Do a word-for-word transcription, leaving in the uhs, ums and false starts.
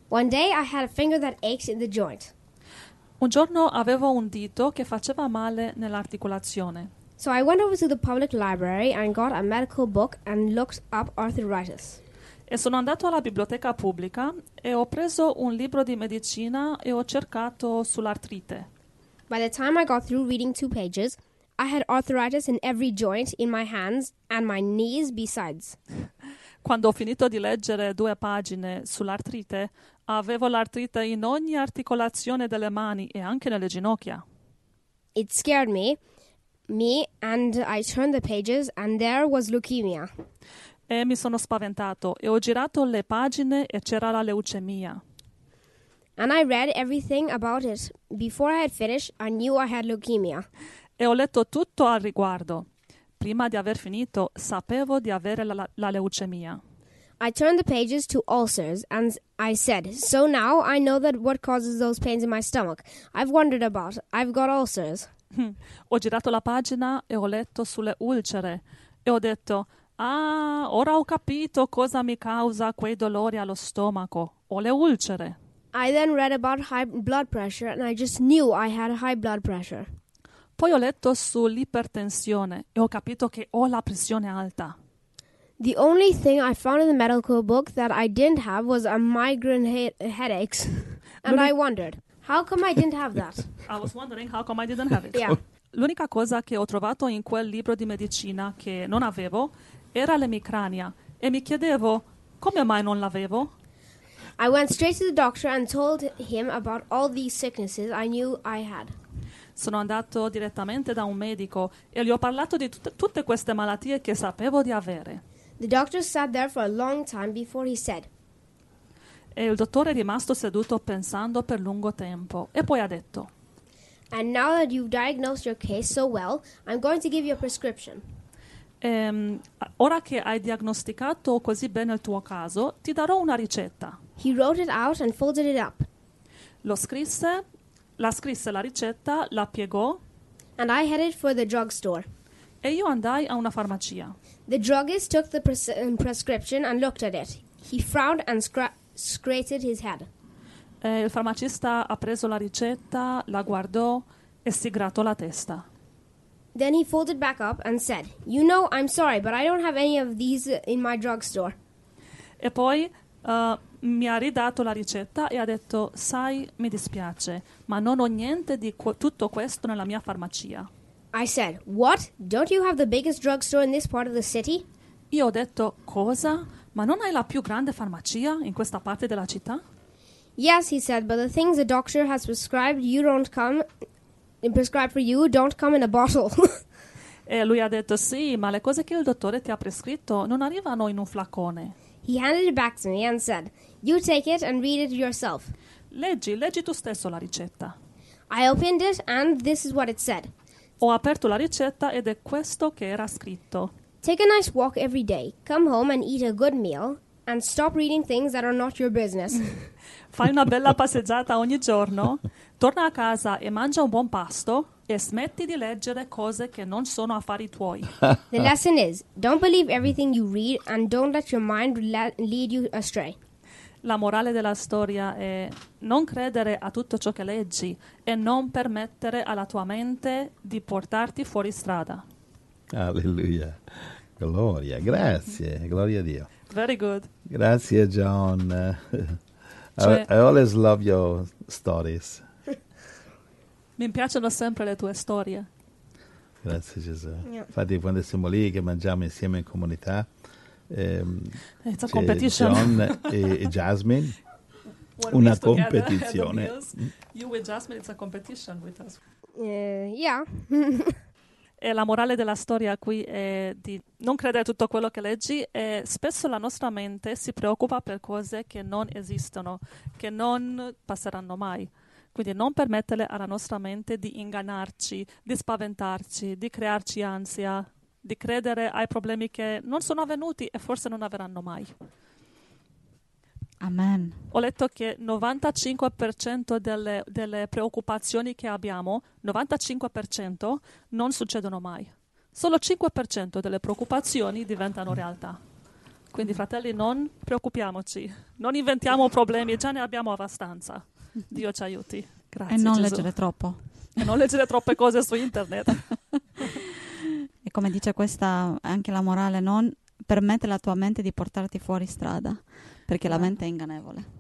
One day I had a finger that ached in the joint. Un giorno avevo un dito che faceva male nell'articolazione. So I went over to the public library and got a medical book and looked up arthritis. E sono andato alla biblioteca pubblica e ho preso un libro di medicina e ho cercato sull'artrite. By the time I got through reading two pages, I had arthritis in every joint in my hands and my knees besides. Quando ho finito di leggere due pagine sull'artrite, avevo l'artrite in ogni articolazione delle mani e anche nelle ginocchia. It scared me, me, and I turned the pages and there was leukemia. E mi sono spaventato e ho girato le pagine e c'era la leucemia. And I read everything about it. Before I had finished, I knew I had leukemia. E ho letto tutto al riguardo. Prima di aver finito, sapevo di avere la, la leucemia. I turned the pages to ulcers and I said, so now I know that what causes those pains in my stomach. I've wondered about. I've got ulcers. Ho girato la pagina e ho letto sulle ulcere e ho detto, ah, ora ho capito cosa mi causa quei dolori allo stomaco. Ho le ulcere. I then read about high blood pressure and I just knew I had high blood pressure. Poi ho letto sull'ipertensione e ho capito che ho la pressione alta. The only thing I found in the medical book that I didn't have was a migraine he- headaches. And I wondered, how come I didn't have that? I was wondering how come I didn't have it. Yeah. L'unica cosa che ho trovato in quel libro di medicina che non avevo era l'emicrania e mi chiedevo come mai non l'avevo. I went straight to the doctor and told him about all these sicknesses I knew I had. Sono andato direttamente da un medico e gli ho parlato di tut- tutte queste malattie che sapevo di avere. The doctor sat there for a long time before he said, E il dottore è rimasto seduto pensando per lungo tempo e poi ha detto, and now that you've diagnosed your case so well, I'm going to give you a prescription. ehm, ora che hai diagnosticato così bene il tuo caso, ti darò una ricetta. He wrote it out and folded it up, Lo scrisse, la scrisse la ricetta, la piegò and I headed for the drugstore. e io andai a una farmacia. The druggist took the pres- um, prescription and looked at it. He frowned and scra- scratched his head. E il farmacista ha preso la ricetta, la guardò e si grattò la testa. Then he folded back up and said, you know, I'm sorry, but I don't have any of these in my drugstore. E poi uh, mi ha ridato la ricetta e ha detto, sai, mi dispiace, ma non ho niente di qu- tutto questo nella mia farmacia. I said, what? Don't you have the biggest drugstore in this part of the city? Io ho detto, cosa? Ma non hai la più grande farmacia in questa parte della città? Yes, he said, but the things the doctor has prescribed you don't come prescribed for you don't come in a bottle. E lui ha detto, sì, ma le cose che il dottore ti ha prescritto non arrivano in un flacone. He handed it back to me and said, you take it and read it yourself. Leggi, leggi tu stesso la ricetta. I opened it and this is what it said. Ho aperto la ricetta ed è questo che era scritto. Take a nice walk every day, come home and eat a good meal, and stop reading things that are not your business. Fai una bella passeggiata ogni giorno, torna a casa e mangia un buon pasto e smetti di leggere cose che non sono affari tuoi. The lesson is, don't believe everything you read and don't let your mind le- lead you astray. La morale della storia è non credere a tutto ciò che leggi e non permettere alla tua mente di portarti fuori strada. Alleluia. Gloria, grazie, gloria a Dio. Very good. Grazie John. I, Cioè- I always love your stories. Mi piacciono sempre le tue storie. Grazie Gesù. Yeah. Infatti quando siamo lì che mangiamo insieme in comunità, ehm, It's a c'è competition. John e, e Jasmine, When una we used to gather at the competizione. meals, You with Jasmine, it's a competition with us. Uh, yeah. E la morale della storia qui è di non credere a tutto quello che leggi e spesso la nostra mente si preoccupa per cose che non esistono, che non passeranno mai. Quindi non permettere alla nostra mente di ingannarci, di spaventarci, di crearci ansia, di credere ai problemi che non sono avvenuti e forse non avverranno mai. Amen. Ho letto che novantacinque per cento delle, delle preoccupazioni che abbiamo, novantacinque per cento non succedono mai. Solo cinque per cento delle preoccupazioni diventano realtà. Quindi, fratelli, non preoccupiamoci, non inventiamo problemi, già ne abbiamo abbastanza. Dio ci aiuti. Grazie, E non Gesù. leggere troppo. E non leggere troppe cose su internet. E come dice questa, anche la morale, non permette alla tua mente di portarti fuori strada, perché la mente è ingannevole.